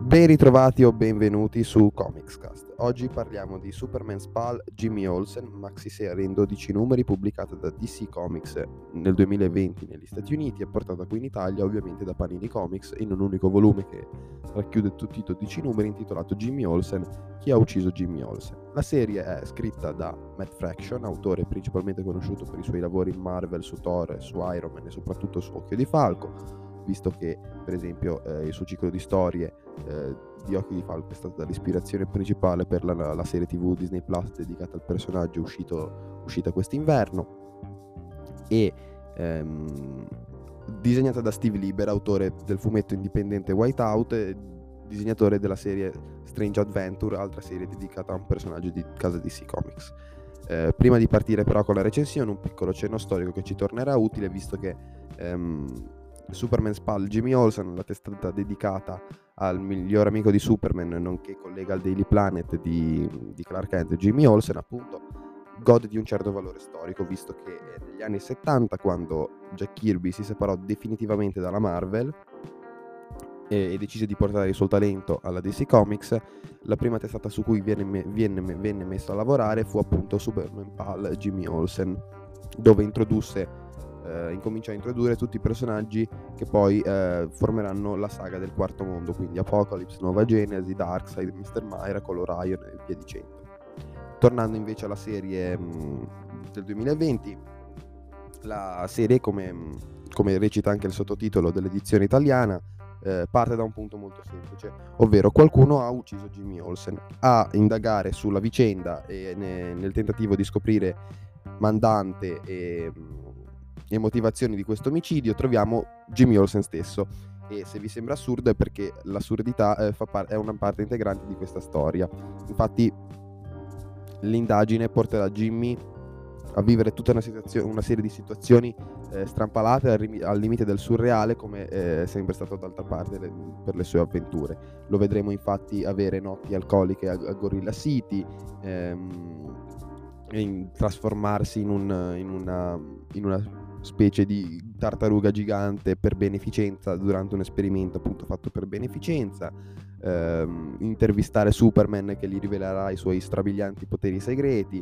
Ben ritrovati o benvenuti su Comicscast. Oggi parliamo di Superman's Pal Jimmy Olsen, maxiserie in 12 numeri pubblicata da DC Comics nel 2020 negli Stati Uniti e portata qui in Italia ovviamente da Panini Comics in un unico volume che racchiude tutti i 12 numeri intitolato Jimmy Olsen, chi ha ucciso Jimmy Olsen. La serie è scritta da Matt Fraction, autore principalmente conosciuto per i suoi lavori in Marvel su Thor, su Iron Man e soprattutto su Occhio di Falco, visto che per esempio il suo ciclo di storie di Occhio di Falco è stata l'ispirazione principale per la serie TV Disney Plus dedicata al personaggio uscita quest'inverno e disegnata da Steve Lieber, autore del fumetto indipendente Whiteout e disegnatore della serie Strange Adventure, altra serie dedicata a un personaggio di casa DC Comics. Prima di partire però con la recensione, un piccolo cenno storico che ci tornerà utile, visto che Superman's Pal Jimmy Olsen, la testata dedicata al miglior amico di Superman, nonché collega al Daily Planet di Clark Kent, Jimmy Olsen, appunto, gode di un certo valore storico, visto che negli anni 70, quando Jack Kirby si separò definitivamente dalla Marvel e decise di portare il suo talento alla DC Comics, la prima testata su cui venne messo a lavorare fu appunto Superman Pal Jimmy Olsen, dove incomincia a introdurre tutti i personaggi che poi formeranno la saga del Quarto Mondo, quindi Apocalypse, Nuova Genesi, Darkseid, Mr. Miracle, Orion e via dicendo. Tornando invece alla serie del 2020, la serie, come recita anche il sottotitolo dell'edizione italiana, parte da un punto molto semplice, ovvero qualcuno ha ucciso Jimmy Olsen. A indagare sulla vicenda e nel tentativo di scoprire mandante e motivazioni di questo omicidio troviamo Jimmy Olsen stesso, e se vi sembra assurdo è perché l'assurdità è una parte integrante di questa storia. Infatti l'indagine porterà Jimmy a vivere tutta una serie di situazioni strampalate al limite del surreale, come è sempre stato d'altra parte per le sue avventure. Lo vedremo infatti avere notti alcoliche a Gorilla City, trasformarsi in una specie di tartaruga gigante per beneficenza durante un esperimento appunto fatto per beneficenza, intervistare Superman che gli rivelerà i suoi strabilianti poteri segreti,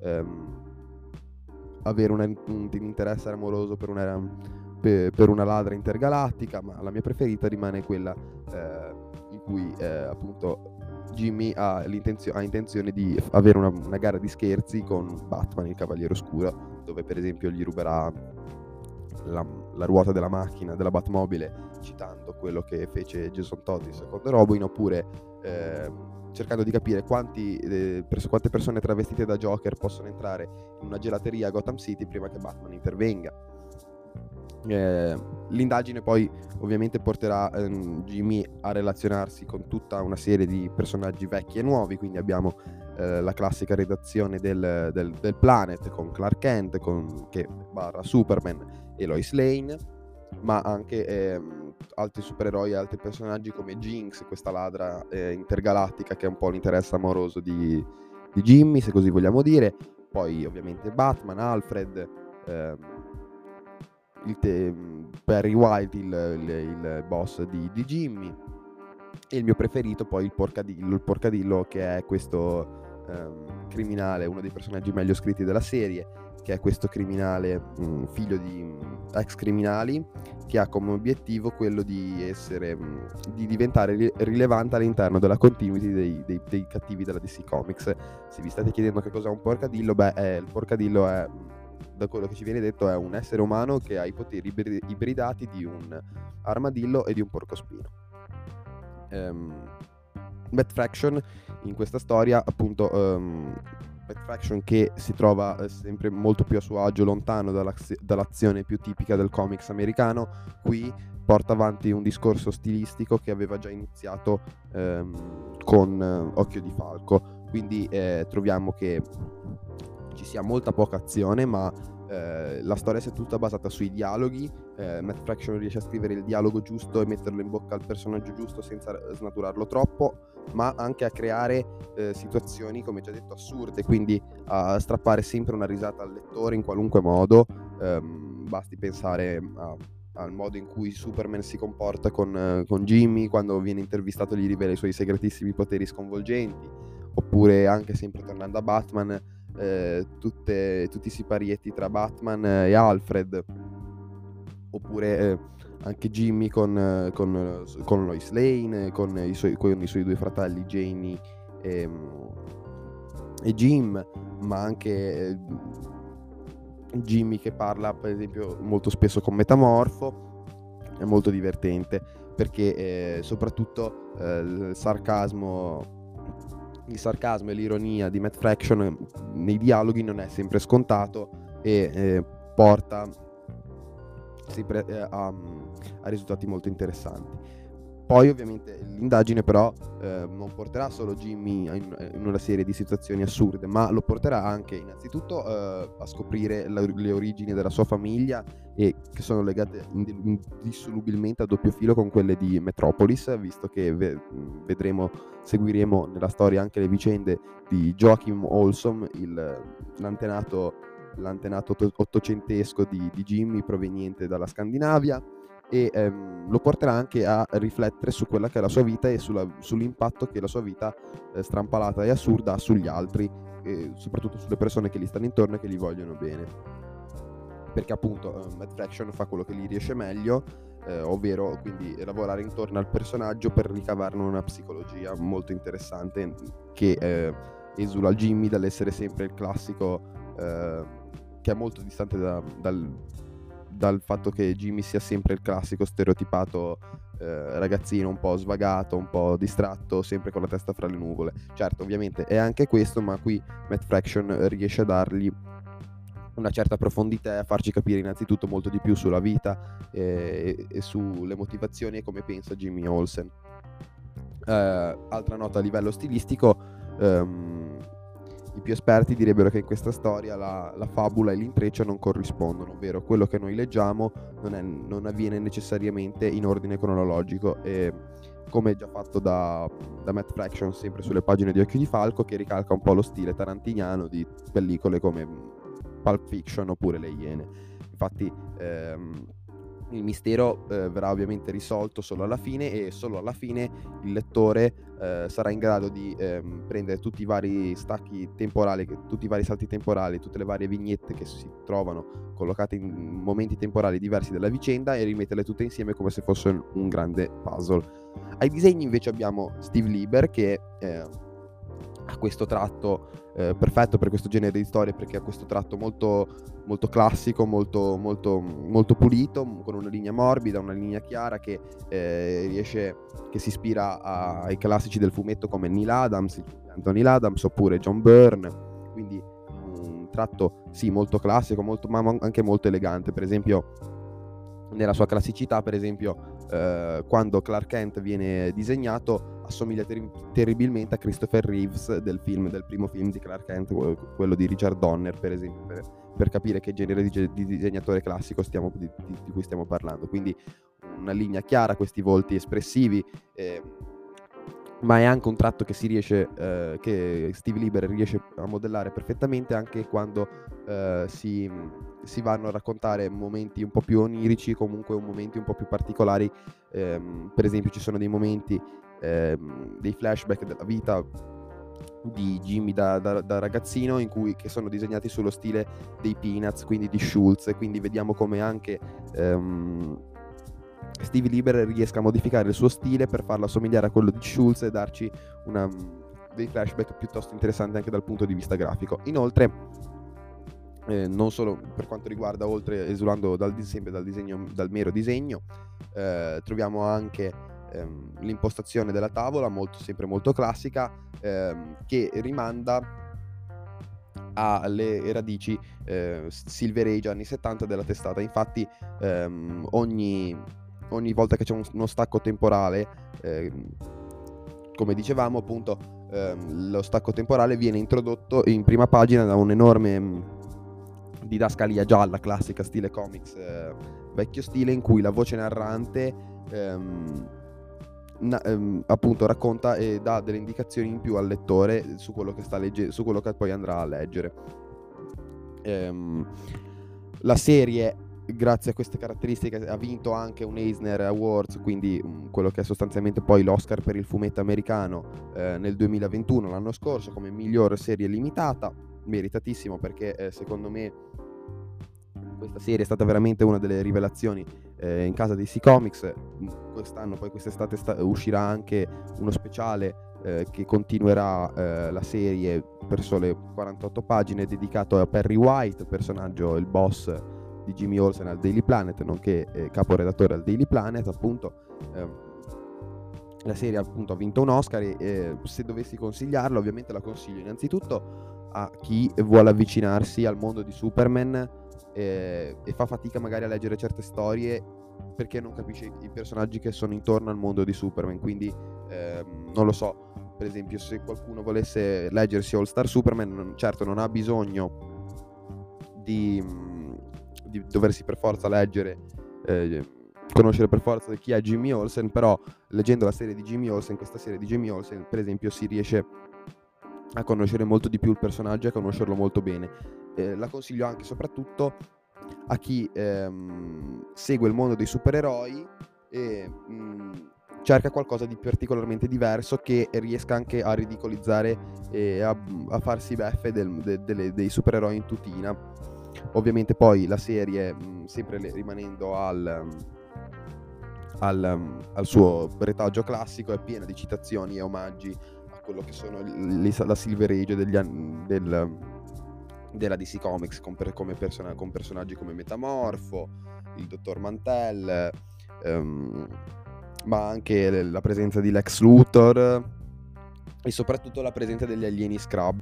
avere un interesse amoroso per una ladra intergalattica, ma la mia preferita rimane quella in cui appunto Jimmy ha intenzione di avere una gara di scherzi con Batman, il Cavaliere Oscuro, dove per esempio gli ruberà la ruota della macchina della Batmobile, citando quello che fece Jason Todd in secondo Robin, oppure cercando di capire quante persone travestite da Joker possono entrare in una gelateria a Gotham City prima che Batman intervenga. L'indagine poi ovviamente porterà Jimmy a relazionarsi con tutta una serie di personaggi vecchi e nuovi, quindi abbiamo la classica redazione del Planet con Clark Kent che barra Superman e Lois Lane, ma anche altri supereroi e altri personaggi come Jinx, questa ladra intergalattica che è un po' l'interesse amoroso di Jimmy, se così vogliamo dire. Poi ovviamente Batman, Alfred, Perry White, il boss di Jimmy, e il mio preferito poi il Porcadillo, che è questo criminale, uno dei personaggi meglio scritti della serie, che è questo criminale figlio di ex criminali, che ha come obiettivo quello di diventare rilevante all'interno della continuity dei cattivi della DC Comics. Se vi state chiedendo che cos'è un porcadillo, il porcadillo è, da quello che ci viene detto, è un essere umano che ha i poteri ibridati di un armadillo e di un porcospino. Matt Fraction in questa storia, appunto, Matt Fraction, che si trova sempre molto più a suo agio lontano dall'azione più tipica del comics americano, qui porta avanti un discorso stilistico che aveva già iniziato con Occhio di Falco. Quindi troviamo che ci sia molta poca azione, ma la storia sia tutta basata sui dialoghi. Matt Fraction riesce a scrivere il dialogo giusto e metterlo in bocca al personaggio giusto senza snaturarlo troppo, ma anche a creare situazioni, come già detto, assurde, quindi a strappare sempre una risata al lettore in qualunque modo. Basti pensare al modo in cui Superman si comporta con Jimmy, quando viene intervistato gli rivela i suoi segretissimi poteri sconvolgenti, oppure anche sempre tornando a Batman, tutti i siparietti tra Batman e Alfred, oppure anche Jimmy con Lois Lane, con i suoi due fratelli Janie e Jim, ma anche Jimmy che parla per esempio molto spesso con Metamorfo. È molto divertente perché soprattutto il sarcasmo e l'ironia di Matt Fraction nei dialoghi non è sempre scontato e porta sempre a risultati molto interessanti. Poi ovviamente l'indagine però non porterà solo Jimmy in una serie di situazioni assurde, ma lo porterà anche innanzitutto a scoprire le origini della sua famiglia, e che sono legate indissolubilmente a doppio filo con quelle di Metropolis, visto che seguiremo nella storia anche le vicende di Joachim Olson, l'antenato ottocentesco di Jimmy proveniente dalla Scandinavia, e lo porterà anche a riflettere su quella che è la sua vita e sull'impatto che la sua vita strampalata e assurda ha sugli altri, e soprattutto sulle persone che gli stanno intorno e che gli vogliono bene, perché appunto Matt Fraction fa quello che gli riesce meglio, ovvero quindi lavorare intorno al personaggio per ricavarne una psicologia molto interessante che esula Jimmy dall'essere sempre il classico, che è molto distante dal fatto che Jimmy sia sempre il classico stereotipato ragazzino un po' svagato, un po' distratto, sempre con la testa fra le nuvole. Certo, ovviamente è anche questo, ma qui Matt Fraction riesce a dargli una certa profondità e a farci capire innanzitutto molto di più sulla vita e sulle motivazioni e come pensa Jimmy Olsen. Altra nota a livello stilistico, i più esperti direbbero che in questa storia la fabula e l'intreccio non corrispondono, ovvero quello che noi leggiamo non avviene necessariamente in ordine cronologico, e come già fatto da Matt Fraction sempre sulle pagine di Occhio di Falco, che ricalca un po' lo stile tarantiniano di pellicole come Pulp Fiction oppure Le Iene. Infatti il mistero verrà ovviamente risolto solo alla fine, e solo alla fine il lettore sarà in grado di prendere tutti i vari stacchi temporali, tutti i vari salti temporali, tutte le varie vignette che si trovano collocate in momenti temporali diversi della vicenda, e rimetterle tutte insieme come se fosse un grande puzzle. Ai disegni invece abbiamo Steve Lieber, che ha questo tratto perfetto per questo genere di storie, perché ha questo tratto molto, molto classico, molto, molto, molto pulito, con una linea morbida, una linea chiara che si ispira ai classici del fumetto come Neil Adams, Neil Adams oppure John Byrne, quindi un tratto sì molto classico, ma anche molto elegante. Per esempio nella sua classicità, per esempio quando Clark Kent viene disegnato assomiglia terribilmente a Christopher Reeves del primo film di Clark Kent, quello di Richard Donner, per esempio, per capire che genere di disegnatore classico di cui stiamo parlando. Quindi una linea chiara, questi volti espressivi, ma è anche un tratto che che Steve Lieber riesce a modellare perfettamente anche quando si vanno a raccontare momenti un po' più onirici, comunque momenti un po' più particolari. Per esempio ci sono dei momenti, dei flashback della vita di Jimmy da ragazzino che sono disegnati sullo stile dei Peanuts, quindi di Schulz, e quindi vediamo come anche Steve Lieber riesca a modificare il suo stile per farlo assomigliare a quello di Schulz e darci dei flashback piuttosto interessanti anche dal punto di vista grafico. Inoltre non solo per quanto riguarda, oltre esulando sempre dal mero disegno, troviamo anche l'impostazione della tavola sempre molto classica, che rimanda alle radici Silver Age anni 70 della testata. Infatti ogni volta che c'è uno stacco temporale, come dicevamo appunto, lo stacco temporale viene introdotto in prima pagina da un'enorme didascalia gialla classica stile comics, vecchio stile, in cui la voce narrante appunto racconta e dà delle indicazioni in più al lettore su quello che sta su quello che poi andrà a leggere. La serie grazie a queste caratteristiche ha vinto anche un Eisner Awards, quindi quello che è sostanzialmente poi l'Oscar per il fumetto americano nel 2021, l'anno scorso, come miglior serie limitata. Meritatissimo, perché secondo me questa serie è stata veramente una delle rivelazioni in casa di DC Comics. Quest'anno, poi quest'estate, uscirà anche uno speciale che continuerà la serie per sole 48 pagine, dedicato a Perry White, personaggio, il boss di Jimmy Olsen al Daily Planet, nonché caporedattore al Daily Planet, appunto. La serie appunto ha vinto un Oscar e se dovessi consigliarla, ovviamente la consiglio innanzitutto a chi vuole avvicinarsi al mondo di Superman e fa fatica magari a leggere certe storie perché non capisce i personaggi che sono intorno al mondo di Superman. Quindi non lo so, per esempio, se qualcuno volesse leggersi All Star Superman, certo non ha bisogno di doversi per forza leggere, conoscere per forza chi è Jimmy Olsen, però leggendo la serie di Jimmy Olsen, questa serie di Jimmy Olsen, per esempio, si riesce a conoscere molto di più il personaggio e a conoscerlo molto bene. La consiglio anche e soprattutto a chi segue il mondo dei supereroi e cerca qualcosa di particolarmente diverso, che riesca anche a ridicolizzare e a farsi beffe dei supereroi in tutina. Ovviamente poi la serie, sempre rimanendo al suo retaggio classico, è piena di citazioni e omaggi a quello che sono la Silver Age della DC Comics, con personaggi come Metamorfo, il Dottor Mantel, ma anche la presenza di Lex Luthor e soprattutto la presenza degli alieni Scrub.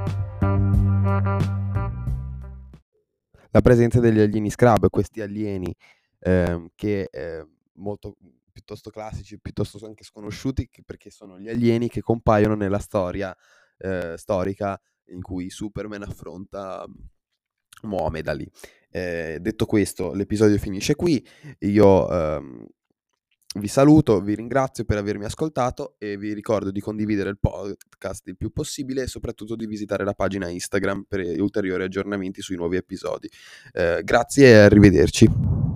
La presenza degli alieni Scrub, questi alieni che molto piuttosto classici, piuttosto anche sconosciuti, perché sono gli alieni che compaiono nella storia storica in cui Superman affronta Muhammad. Detto questo, l'episodio finisce qui. Io vi saluto, vi ringrazio per avermi ascoltato e vi ricordo di condividere il podcast il più possibile e soprattutto di visitare la pagina Instagram per ulteriori aggiornamenti sui nuovi episodi. Grazie e arrivederci.